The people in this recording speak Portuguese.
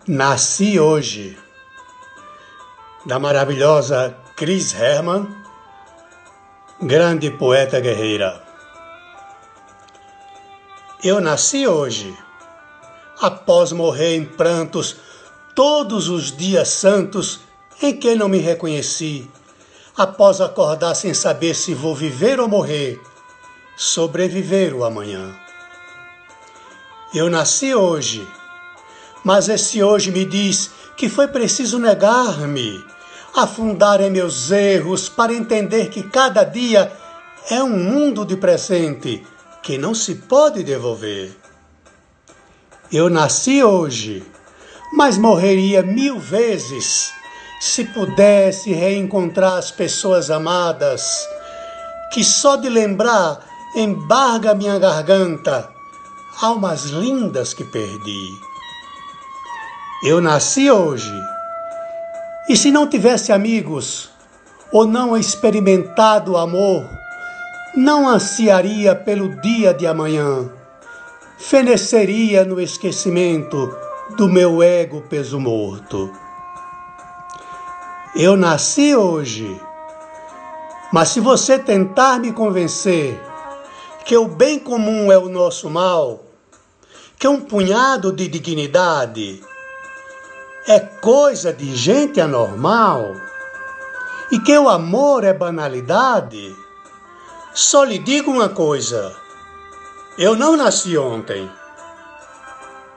Nasci hoje, da maravilhosa Chris Herman, grande poeta guerreira. Eu nasci hoje, após morrer em prantos todos os dias santos em que não me reconheci, após acordar sem saber se vou viver ou morrer, sobreviver o amanhã. Eu nasci hoje, mas esse hoje me diz que foi preciso negar-me, afundar em meus erros para entender que cada dia é um mundo de presente que não se pode devolver. Eu nasci hoje, mas morreria 1000 vezes se pudesse reencontrar as pessoas amadas, que só de lembrar embarga minha garganta, almas lindas que perdi. Eu nasci hoje, e se não tivesse amigos, ou não experimentado amor, não ansiaria pelo dia de amanhã, feneceria no esquecimento do meu ego peso morto. Eu nasci hoje, mas se você tentar me convencer que o bem comum é o nosso mal, que um punhado de dignidade é coisa de gente anormal e que o amor é banalidade, só lhe digo uma coisa: eu não nasci ontem.